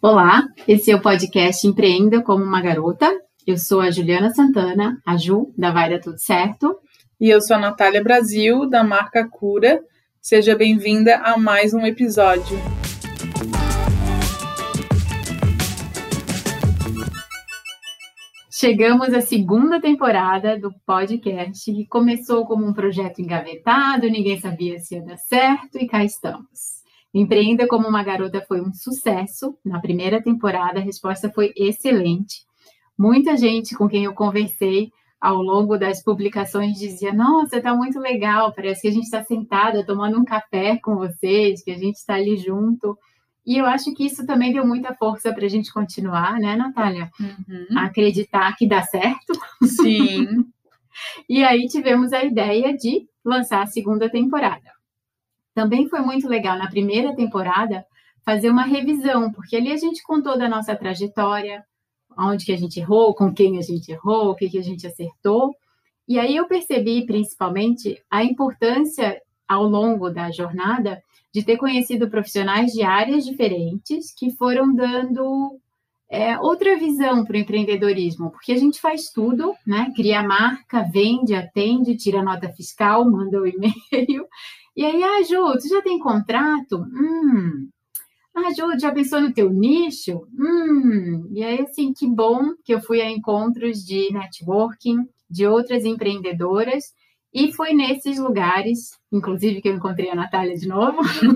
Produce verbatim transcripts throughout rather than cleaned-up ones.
Olá, esse é o podcast Empreenda como uma Garota. Eu sou a Juliana Santana, a Ju, da Vai Dar Tudo Certo. E eu sou a Natália Brasil, da marca Cura. Seja bem-vinda a mais um episódio. Chegamos à segunda temporada do podcast, que começou como um projeto engavetado, ninguém sabia se ia dar certo, e cá estamos. Empreenda como uma Garota foi um sucesso. Na primeira temporada, a resposta foi excelente. Muita gente com quem eu conversei ao longo das publicações dizia: nossa, tá muito legal, parece que a gente está sentada tomando um café com vocês, que a gente está ali junto. E eu acho que isso também deu muita força para a gente continuar, né, Natália? Uhum. Acreditar que dá certo. Sim. E aí tivemos a ideia de lançar a segunda temporada. Também foi muito legal, na primeira temporada, fazer uma revisão, porque ali a gente contou da nossa trajetória, onde que a gente errou, com quem a gente errou, o que, que a gente acertou. E aí eu percebi, principalmente, a importância, ao longo da jornada, de ter conhecido profissionais de áreas diferentes que foram dando é, outra visão para o empreendedorismo, porque a gente faz tudo, né? Cria marca, vende, atende, tira nota fiscal, manda o e-mail. E aí, ah, Ju, tu já tem contrato? Hum. Ah, Ju, já pensou no teu nicho? Hum. E aí, assim, que bom que eu fui a encontros de networking, de outras empreendedoras, e foi nesses lugares, inclusive que eu encontrei a Natália de novo,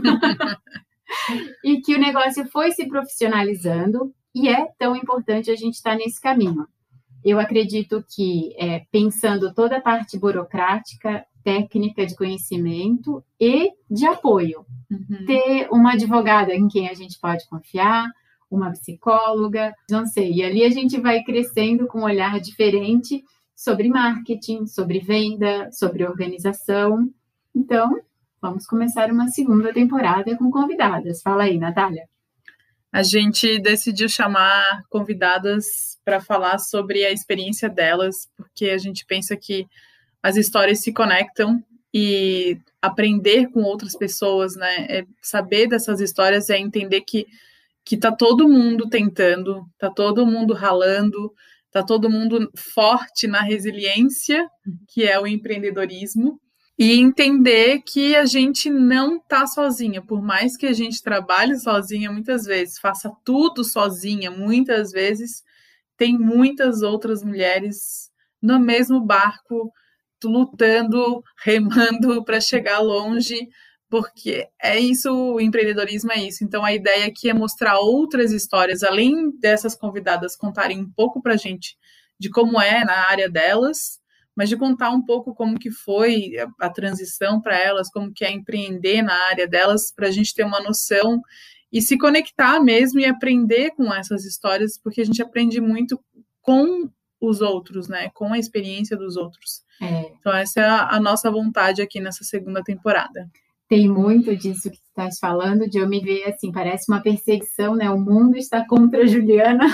e que o negócio foi se profissionalizando, e é tão importante a gente estar nesse caminho. Eu acredito que, é, pensando toda a parte burocrática, técnica de conhecimento e de apoio. Uhum. Ter uma advogada em quem a gente pode confiar, uma psicóloga, não sei. E ali a gente vai crescendo com um olhar diferente sobre marketing, sobre venda, sobre organização. Então, vamos começar uma segunda temporada com convidadas. Fala aí, Natália. A gente decidiu chamar convidadas para falar sobre a experiência delas, porque a gente pensa que as histórias se conectam e aprender com outras pessoas, né? É saber dessas histórias é entender que que tá todo mundo tentando, tá todo mundo ralando, tá todo mundo forte na resiliência, que é o empreendedorismo, e entender que a gente não tá sozinha, por mais que a gente trabalhe sozinha muitas vezes, faça tudo sozinha muitas vezes, tem muitas outras mulheres no mesmo barco, lutando, remando para chegar longe, porque é isso, o empreendedorismo é isso. Então, a ideia aqui é mostrar outras histórias, além dessas convidadas contarem um pouco para a gente de como é na área delas, mas de contar um pouco como que foi a, a transição para elas, como que é empreender na área delas, para a gente ter uma noção e se conectar mesmo e aprender com essas histórias, porque a gente aprende muito com os outros, né? Com a experiência dos outros. É. Então, essa é a, a nossa vontade aqui nessa segunda temporada. Tem muito disso que tu estás falando, de eu me ver assim, parece uma perseguição, né? O mundo está contra a Juliana,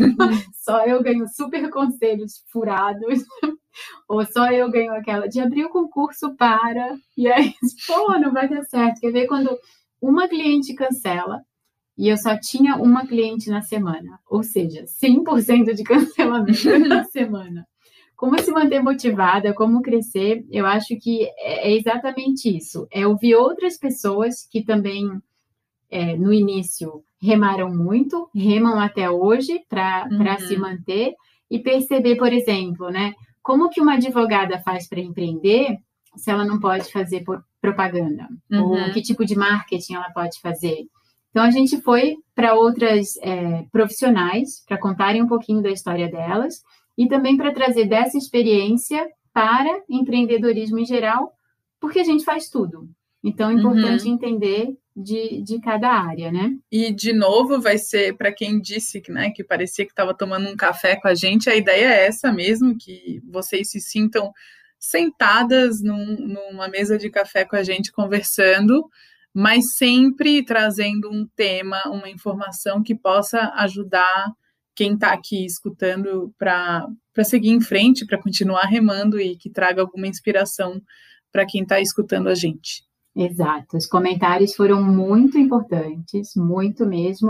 só eu ganho super conselhos furados, ou só eu ganho aquela de abrir o concurso para, e aí, pô, não vai dar certo. Quer ver quando uma cliente cancela, e eu só tinha uma cliente na semana, ou seja, cem por cento de cancelamento na semana. Como se manter motivada, como crescer, eu acho que é exatamente isso. É ouvir outras pessoas que também, é, no início, remaram muito, remam até hoje para uhum. para se manter, e perceber, por exemplo, né, como que uma advogada faz para empreender se ela não pode fazer propaganda? Uhum. Ou que tipo de marketing ela pode fazer? Então, a gente foi para outras é, profissionais para contarem um pouquinho da história delas e também para trazer dessa experiência para empreendedorismo em geral, porque a gente faz tudo. Então, é importante uhum. entender de, de cada área, né? E, de novo, vai ser para quem disse, né, que parecia que estava tomando um café com a gente, a ideia é essa mesmo, que vocês se sintam sentadas num, numa mesa de café com a gente conversando, mas sempre trazendo um tema, uma informação que possa ajudar quem está aqui escutando para seguir em frente, para continuar remando e que traga alguma inspiração para quem está escutando a gente. Exato, os comentários foram muito importantes, muito mesmo,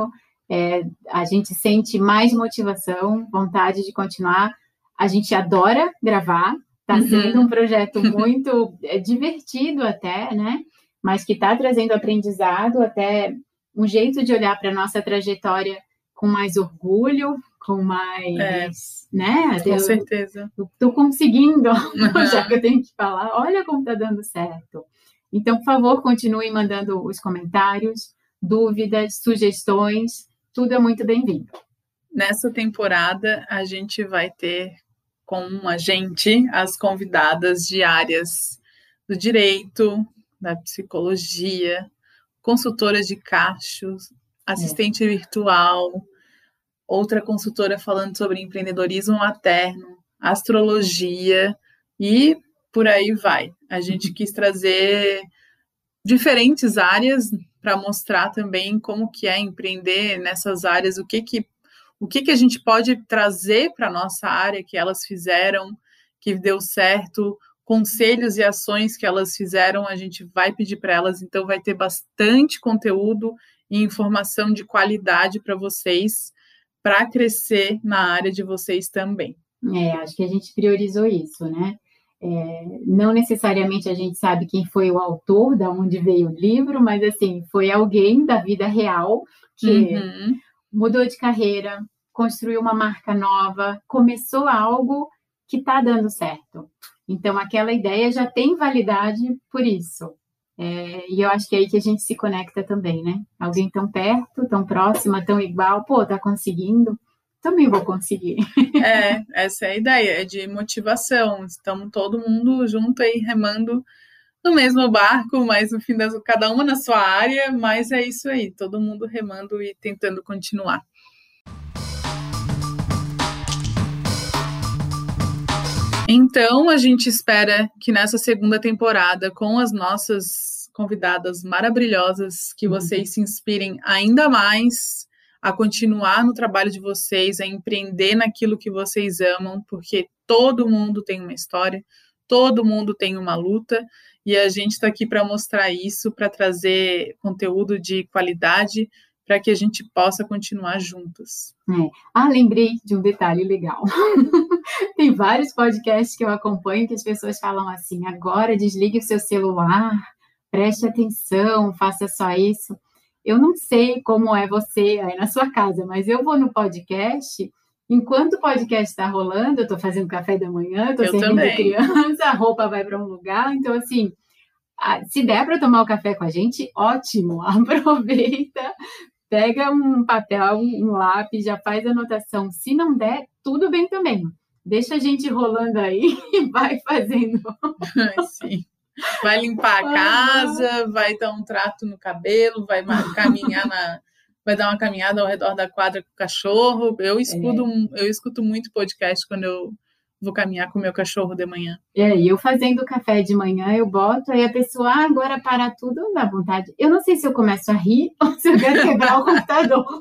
É, a gente sente mais motivação, vontade de continuar. A gente adora gravar, está uhum. sendo um projeto muito é, divertido até, né? Mas que está trazendo aprendizado, até um jeito de olhar para a nossa trajetória com mais orgulho, com mais, é, né? Com eu, certeza. Estou conseguindo, uhum. já que eu tenho que falar, olha como está dando certo. Então, por favor, continuem mandando os comentários, dúvidas, sugestões, tudo é muito bem-vindo. Nessa temporada, a gente vai ter com a gente as convidadas de áreas do direito, da psicologia, consultora de cachos, assistente é. virtual, outra consultora falando sobre empreendedorismo materno, astrologia e por aí vai. A gente quis trazer diferentes áreas para mostrar também como que é empreender nessas áreas, o que que, o que, que a gente pode trazer para a nossa área que elas fizeram, que deu certo, conselhos e ações que elas fizeram, a gente vai pedir para elas, então vai ter bastante conteúdo e informação de qualidade para vocês, para crescer na área de vocês também. É, acho que a gente priorizou isso, né? É, não necessariamente a gente sabe quem foi o autor, de onde veio o livro, mas assim, foi alguém da vida real que uhum. mudou de carreira, construiu uma marca nova, começou algo que está dando certo. Então, aquela ideia já tem validade por isso. É, e eu acho que é aí que a gente se conecta também, né? Alguém tão perto, tão próxima, tão igual, pô, tá conseguindo, também vou conseguir. É, essa é a ideia, é de motivação. Estamos todo mundo junto aí remando no mesmo barco, mas no fim das cada uma na sua área, mas é isso aí, todo mundo remando e tentando continuar. Então, a gente espera que nessa segunda temporada, com as nossas convidadas maravilhosas, que vocês se inspirem ainda mais a continuar no trabalho de vocês, a empreender naquilo que vocês amam, porque todo mundo tem uma história, todo mundo tem uma luta, e a gente está aqui para mostrar isso, para trazer conteúdo de qualidade, para que a gente possa continuar juntas. É. Ah, lembrei de um detalhe legal. Tem vários podcasts que eu acompanho que as pessoas falam assim, agora desligue o seu celular, preste atenção, faça só isso. Eu não sei como é você aí na sua casa, mas eu vou no podcast, enquanto o podcast está rolando, eu estou fazendo café da manhã, estou servindo também. Criança, a roupa vai para um lugar, então assim, se der para tomar o café com a gente, ótimo, aproveita, pega um papel, um lápis, já faz a anotação. Se não der, tudo bem também. Deixa a gente rolando aí e vai fazendo. Sim. Vai limpar a casa, vai dar um trato no cabelo, vai caminhar na, vai dar uma caminhada ao redor da quadra com o cachorro. Eu escuto, é. eu escuto muito podcast quando eu vou caminhar com o meu cachorro de manhã. É, e eu fazendo café de manhã, eu boto, aí a pessoa, ah, agora para tudo, não dá vontade. Eu não sei se eu começo a rir ou se eu quero quebrar o computador.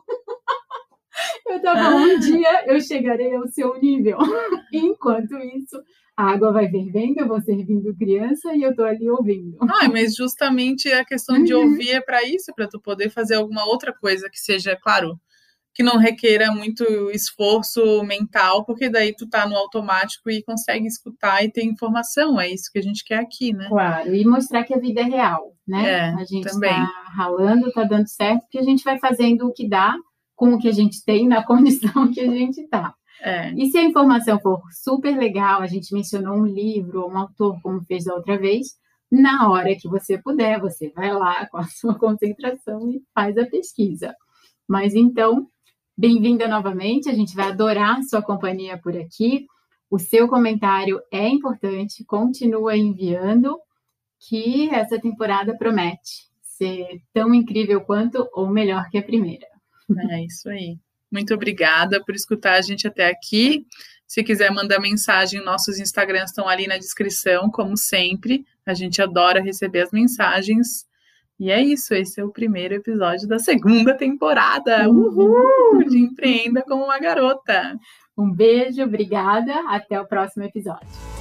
Eu tava, ah. um dia eu chegarei ao seu nível. Enquanto isso, a água vai fervendo, eu vou servindo criança e eu tô ali ouvindo. Ah, mas justamente a questão uhum. de ouvir é para isso, para tu poder fazer alguma outra coisa que seja, claro, que não requeira muito esforço mental, porque daí tu tá no automático e consegue escutar e ter informação, é isso que a gente quer aqui, né? Claro, e mostrar que a vida é real, né? É, a gente também. tá ralando, tá dando certo, porque a gente vai fazendo o que dá com o que a gente tem, na condição que a gente tá. É. E se a informação for super legal, a gente mencionou um livro, um autor, como fez da outra vez, na hora que você puder, você vai lá com a sua concentração e faz a pesquisa. Mas então, bem-vinda novamente, a gente vai adorar sua companhia por aqui. O seu comentário é importante, continua enviando, que essa temporada promete ser tão incrível quanto ou melhor que a primeira. É isso aí. Muito obrigada por escutar a gente até aqui. Se quiser mandar mensagem, nossos Instagrams estão ali na descrição, como sempre. A gente adora receber as mensagens. E é isso, esse é o primeiro episódio da segunda temporada. Uhul! De Empreenda como uma Garota. Um beijo, obrigada. Até o próximo episódio.